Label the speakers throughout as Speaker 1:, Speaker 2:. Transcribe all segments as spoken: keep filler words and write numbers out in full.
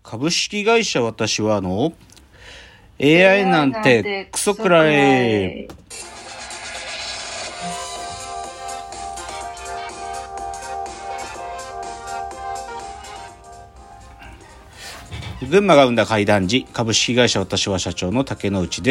Speaker 1: 株式会社私はの エーアイ なんてクソくらえ。群馬が生んだ怪談時、株式会社私は社長の竹之内です。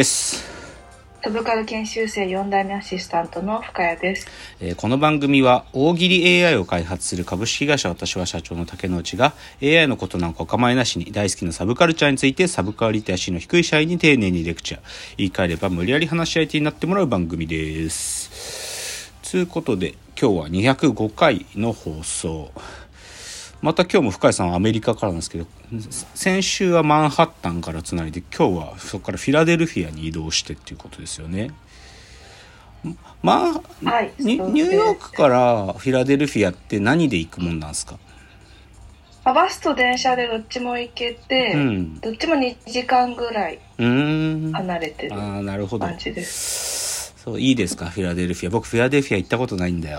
Speaker 2: サブカル研修生よん代目アシスタントの深谷です。
Speaker 1: えー、この番組は大喜利 エーアイ を開発する株式会社私は社長の竹之内が エーアイ のことなんかお構いなしに大好きなサブカルチャーについてサブカルリテラシーの低い社員に丁寧にレクチャー、言い換えれば無理やり話し相手になってもらう番組です。ということで今日はにひゃくごかいの放送。また今日も深井さんはアメリカからなんですけど、先週はマンハッタンからつないで今日はそこからフィラデルフィアに移動してっていうことですよね。まあ、はい、ニューヨークからフィラデルフィアって何で行くもんなんですか？
Speaker 2: バスと電車でどっちも行けて、うん、どっちもにじかんぐらい離れてる感じです。
Speaker 1: そう、いいですかフィラデルフィア。僕フィラデルフィア行ったことないんだよ。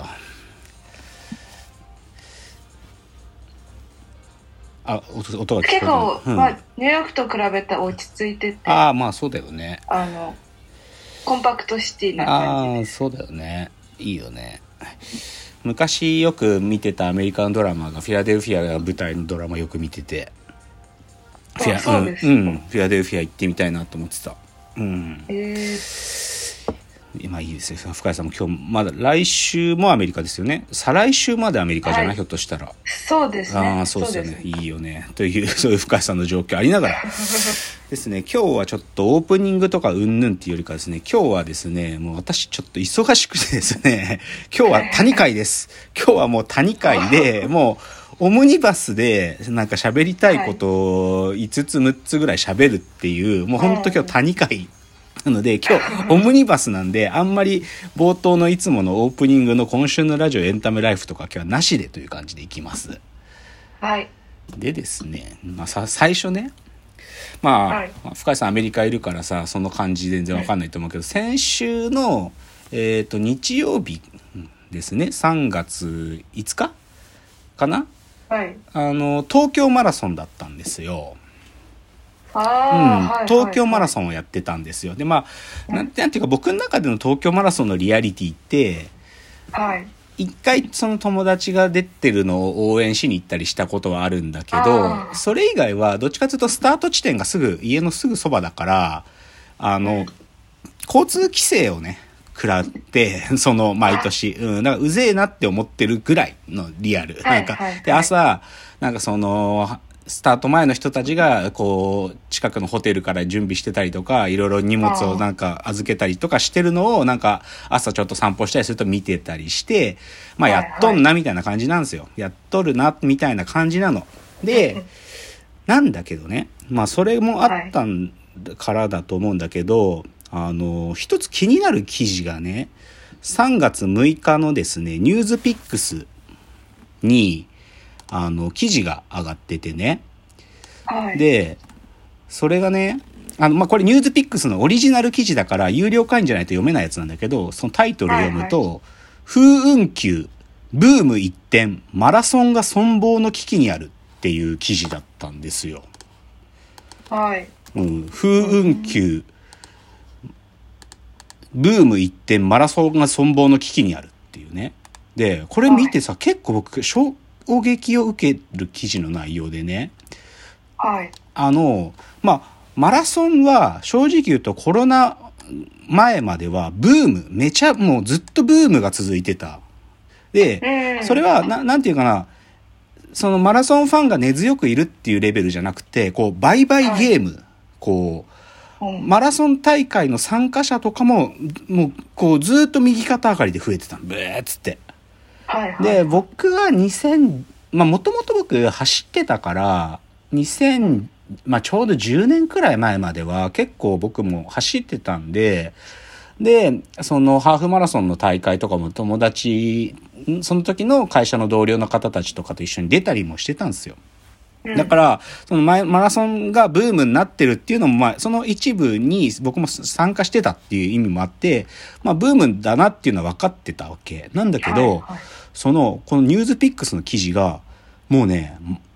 Speaker 1: あ、音, 音が聞こえる。
Speaker 2: 結構、うん、まあ、ニューヨークと比べたら落ち着いてて、
Speaker 1: ああ、まあそうだよね。
Speaker 2: あのコンパクトシティな感じです。
Speaker 1: ああ、そうだよね。いいよね。昔よく見てたアメリカンドラマがフィラデルフィアが舞台のドラマよく見てて、
Speaker 2: フィア、そうです、
Speaker 1: うん、うん、フィラデルフィア行ってみたいなと思ってた。うん。
Speaker 2: えー
Speaker 1: 今いいですね。深井さんも今日まだ来週もアメリカですよね。再来週までアメリカじゃない、はい、ひょっとしたら。
Speaker 2: そうですね。
Speaker 1: ああ、そうですよね。いいよね。というそういう深井さんの状況ありながらですね。今日はちょっとオープニングとかうんぬんっていうよりかですね。今日はですね、もう私ちょっと忙しくてですね。今日は谷会です。今日はもう谷会でもうオムニバスでなんか喋りたいことをいつつむっつぐらい喋るっていう、もう本当今日谷会。なので今日オムニバスなんであんまり冒頭のいつものオープニングの今週のラジオエンタメライフとか今日はなしでという感じでいきます。
Speaker 2: はい。
Speaker 1: でですね、まあ、さ最初ね、まあ、はい、深井さんアメリカいるからさその感じ全然わかんないと思うけど、はい、先週の、えーと、日曜日ですね、さんがついつかかな、
Speaker 2: はい、
Speaker 1: あの東京マラソンだったんですよ。
Speaker 2: あ
Speaker 1: うん、東京マラソンをやってたんですよ。で、まあ、なんて、なんていうか僕の中での東京マラソンのリアリティって、
Speaker 2: はい、
Speaker 1: 一回その友達が出てるのを応援しに行ったりしたことはあるんだけど、それ以外はどっちかというとスタート地点がすぐ、家のすぐそばだから、あの、うん、交通規制をね、食らって、その毎年、うん、だからうぜえなって思ってるぐらいのリアル。なんか、で、朝、なんかその、スタート前の人たちがこう近くのホテルから準備してたりとかいろいろ荷物をなんか預けたりとかしてるのをなんか朝ちょっと散歩したりすると見てたりしてまあやっとんなみたいな感じなんですよ。やっとるなみたいな感じなのでなんだけどね、まあそれもあったからだと思うんだけど、あの一つ気になる記事がねさんがつむいかのですねニュースピックスにあの記事が上がっててね、
Speaker 2: はい、
Speaker 1: でそれがねあの、まあ、これニュースピックスのオリジナル記事だから有料会員じゃないと読めないやつなんだけど、そのタイトル読むと、はいはい、風雲急ブーム一転マラソンが存亡の危機にあるっていう記事だったんですよ。
Speaker 2: はい、
Speaker 1: うん、風雲急ブーム一転マラソンが存亡の危機にあるっていうね。でこれ見てさ、はい、結構僕衝撃を受ける記事の内容でね、
Speaker 2: はい、
Speaker 1: あのまあマラソンは正直言うとコロナ前まではブームめちゃもうずっとブームが続いてた。でそれは な, なんていうかなそのマラソンファンが根強くいるっていうレベルじゃなくてこう売買ゲーム、はい、こうマラソン大会の参加者とかももうこうずっと右肩上がりで増えてたのブーっつって。
Speaker 2: はいはい、
Speaker 1: で僕はにせんまあもともと僕走ってたからにせんまあちょうどじゅうねんくらい前までは結構僕も走ってたんで、でそのハーフマラソンの大会とかも友達その時の会社の同僚の方たちとかと一緒に出たりもしてたんですよ。だからそのマラソンがブームになってるっていうのもまあその一部に僕も参加してたっていう意味もあって、まあブームだなっていうのは分かってたわけなんだけど、
Speaker 2: はいはい、
Speaker 1: そのこのニュースピックスの記事がもうね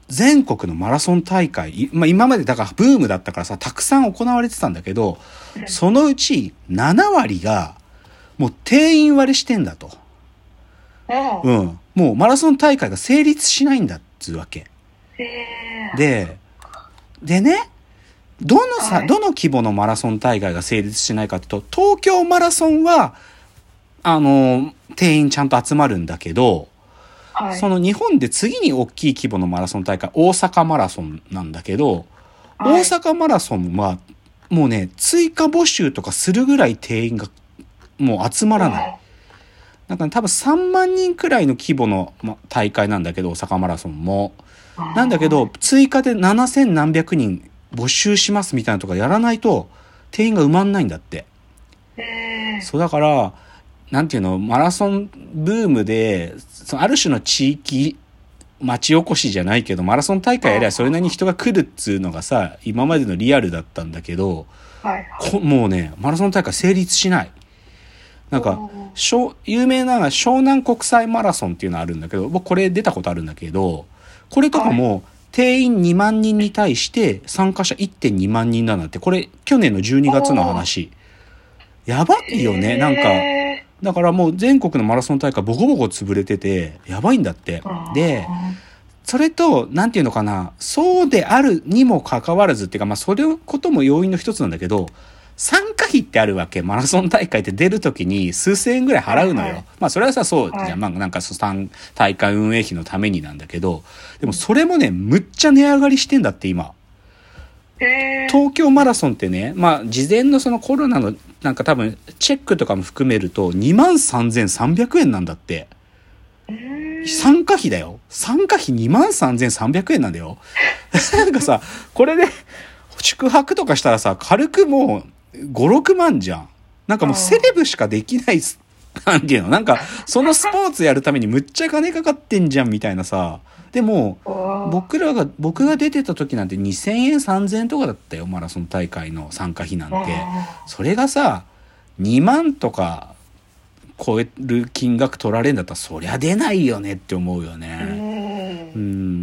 Speaker 1: 全国のマラソン大会、まあ、今までだからブームだったからさ、たくさん行われてたんだけど、そのうちななわりがもう定員割れしてんだと。うん。もうマラソン大会が成立しないんだっつうわけ。で、でね、どのさ、はい、どの規模のマラソン大会が成立しないかっていうと、東京マラソンは、あの、定員ちゃんと集まるんだけど、はい、その日本で次に大きい規模のマラソン大会、大阪マラソンなんだけど、はい、大阪マラソンは、もうね、追加募集とかするぐらい定員がもう集まらない。はい、なんか、ね、多分さんまんにんくらいの規模の大会なんだけど、大阪マラソンも。なんだけど、追加でななせんなんびゃくにん募集しますみたいなとかやらないと、定員が埋まんないんだって。そうだから、なんていうの、マラソンブームで、そのある種の地域、町おこしじゃないけど、マラソン大会やりゃそれなりに人が来るっつうのがさ、今までのリアルだったんだけど、はいはい、もうね、マラソン大会成立しない。なんか、有名な湘南国際マラソンっていうのあるんだけど、僕これ出たことあるんだけど、これとかも定員にまんにんに対して参加者 いってんにまんにんなんだって。これ去年のじゅうにがつの話。やばいよね。なんか、だからもう全国のマラソン大会ボコボコ潰れてて、やばいんだって。で、それと、なんていうのかな、そうであるにもかかわらずっていうか、まあそれことも要因の一つなんだけど、参加費ってあるわけ。マラソン大会って出るときに数千円ぐらい払うのよ。はいはい、まあそれはさ、そうじゃん。はい、まあなんか大会運営費のためになんだけど、でもそれもね、むっちゃ値上がりしてんだって今。東京マラソンってね、まあ事前のそのコロナのなんか多分チェックとかも含めるとにまんさんぜんさんびゃくえんなんだって。参加費だよ。参加費にまんさんぜんさんびゃくえんなんだよ。なんかさ、これで宿泊とかしたらさ、軽くもう、ご、ろくまんじゃん。なんかもうセレブしかできない、なんていうのなんか、そのスポーツやるためにむっちゃ金かかってんじゃんみたいなさ。でも、僕らが、僕が出てた時なんてにせんえんさんぜんえんとかだったよ。マラソン大会の参加費なんて。それがさ、にまんとか超える金額取られるんだったらそりゃ出ないよねって思うよね。うん。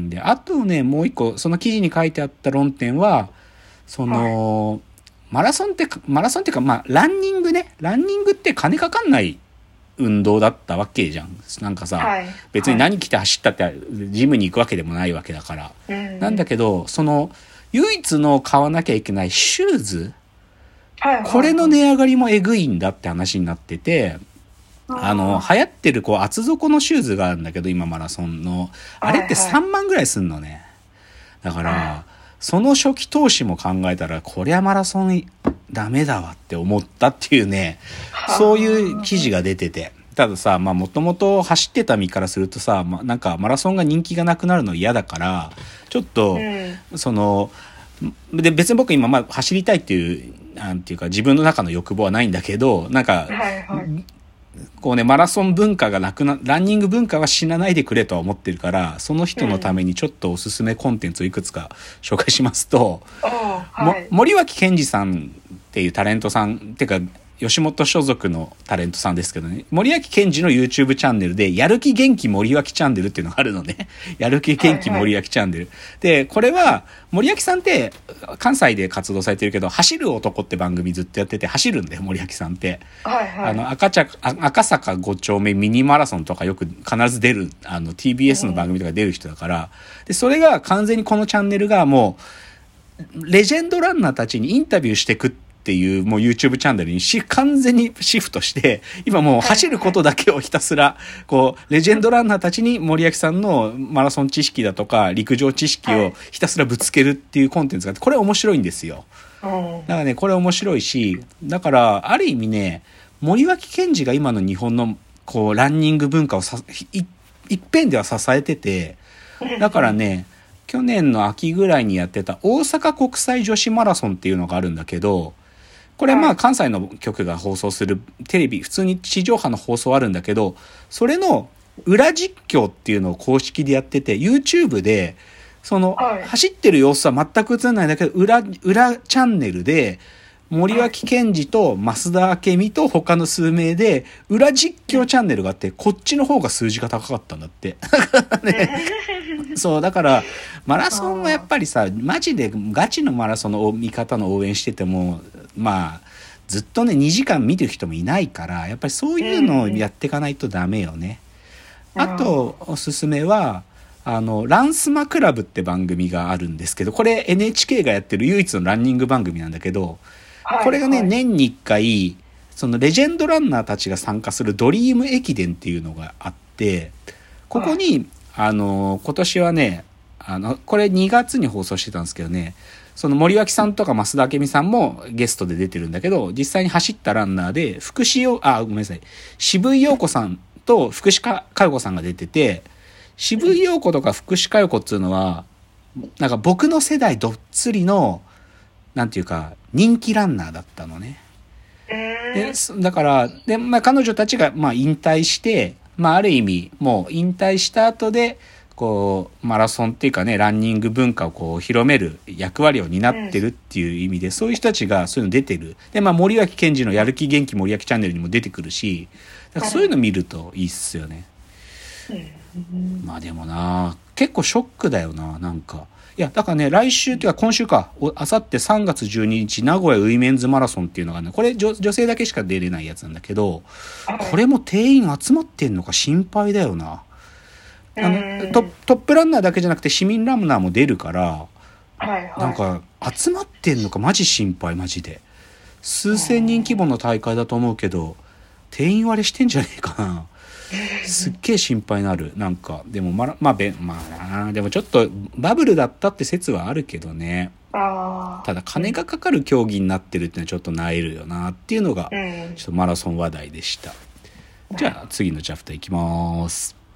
Speaker 1: で、あとね、もう一個、その記事に書いてあった論点は、その、はいマラソンって、マラソンっていうか、まあ、ランニングね。ランニングって金かかんない運動だったわけじゃん。なんかさ、はい、別に何着て走ったって、ジムに行くわけでもないわけだから。うん、なんだけど、その、唯一の買わなきゃいけないシューズ、はいはいはい、これの値上がりもえぐいんだって話になってて、あの、流行ってるこう厚底のシューズがあるんだけど、今マラソンの。あれってさんまんぐらいすんのね。だから、はいその初期投資も考えたら、こりゃマラソンダメだわって思ったっていうね、そういう記事が出てて。たださ、まあもともと走ってた身からするとさ、まあ、なんかマラソンが人気がなくなるの嫌だから、ちょっと、うん、その、で別に僕今まあ走りたいっていう、なんていうか自分の中の欲望はないんだけど、なんか、はいはいこうね、マラソン文化がなくな、ランニング文化は死なないでくれとは思ってるから、その人のためにちょっとおすすめコンテンツをいくつか紹介しますと、うんはい、森脇健児さんっていうタレントさん、ってか、吉本所属のタレントさんですけどね、森脇健児の YouTube チャンネルで、やる気元気森脇チャンネルっていうのがあるのね。やる気元気森脇チャンネル。はいはい、で、これは、森脇さんって関西で活動されてるけど、走る男って番組ずっとやってて、走るんだよ、森脇さんって。はいはい、あの、赤ちゃ、赤坂ご丁目ミニマラソンとかよく必ず出る、あの、ティービーエス の番組とか出る人だから、で、それが完全にこのチャンネルがもう、レジェンドランナーたちにインタビューしてくって、っていうもう YouTube チャンネルにし完全にシフトして今もう走ることだけをひたすらこうレジェンドランナーたちに森脇さんのマラソン知識だとか陸上知識をひたすらぶつけるっていうコンテンツがあってこれ面白いんですよ。だからねこれ面白いしだからある意味ね森脇健児が今の日本のこうランニング文化をさい一遍では支えててだからね去年の秋ぐらいにやってた大阪国際女子マラソンっていうのがあるんだけどこれまあ関西の局が放送するテレビ普通に地上波の放送あるんだけどそれの裏実況っていうのを公式でやってて YouTube でその走ってる様子は全く映らないんだけど裏裏チャンネルで森脇健児と増田明美と他の数名で裏実況チャンネルがあって、こっちの方が数字が高かったんだって。ね、そうだからマラソンはやっぱりさ、マジでガチのマラソンの見方の応援してても、まあずっとねにじかん見てる人もいないから、やっぱりそういうのをやっていかないとダメよね。あとおすすめはあのランスマクラブって番組があるんですけど、これ エヌエイチケー がやってる唯一のランニング番組なんだけど、これがね、はいはい、年にいっかいそのレジェンドランナーたちが参加するドリーム駅伝っていうのがあって、ここにあの今年はね、あのこれにがつに放送してたんですけどね、その森脇さんとか増田明美さんもゲストで出てるんだけど、実際に走ったランナーで福士よあごめんなさい渋井陽子さんと福士加代子さんが出てて、渋井陽子とか福士加代子っていうのはなんか僕の世代どっつりのなんていうか人気ランナーだったのね。でだからで、まあ、彼女たちがまあ引退して、まあ、ある意味もう引退した後でこうマラソンっていうかねランニング文化をこう広める役割を担ってるっていう意味で、そういう人たちがそういうの出てる。で、まあ、森脇健児のやる気元気森脇チャンネルにも出てくるし、だからそういうの見るといいっすよね。まあでもな結構ショックだよな。なんかいやだからね、来週っていうか今週か、あさってさんがつじゅうににち名古屋ウィメンズマラソンっていうのがね、これ 女, 女性だけしか出れないやつなんだけど、これも定員集まってんのか心配だよな。あの ト, トップランナーだけじゃなくて市民ランナーも出るから、はいはい、なんか集まってんのかマジ心配。マジで数千人規模の大会だと思うけど定員割れしてんじゃねえかな。すっげえ心配になる。なんかでもまあまあべまあでもちょっとバブルだったって説はあるけどね。あただ金がかかる競技になってるってのはちょっと萎えるよなっていうのがちょっとマラソン話題でした。じゃあ次のチャプターいきます。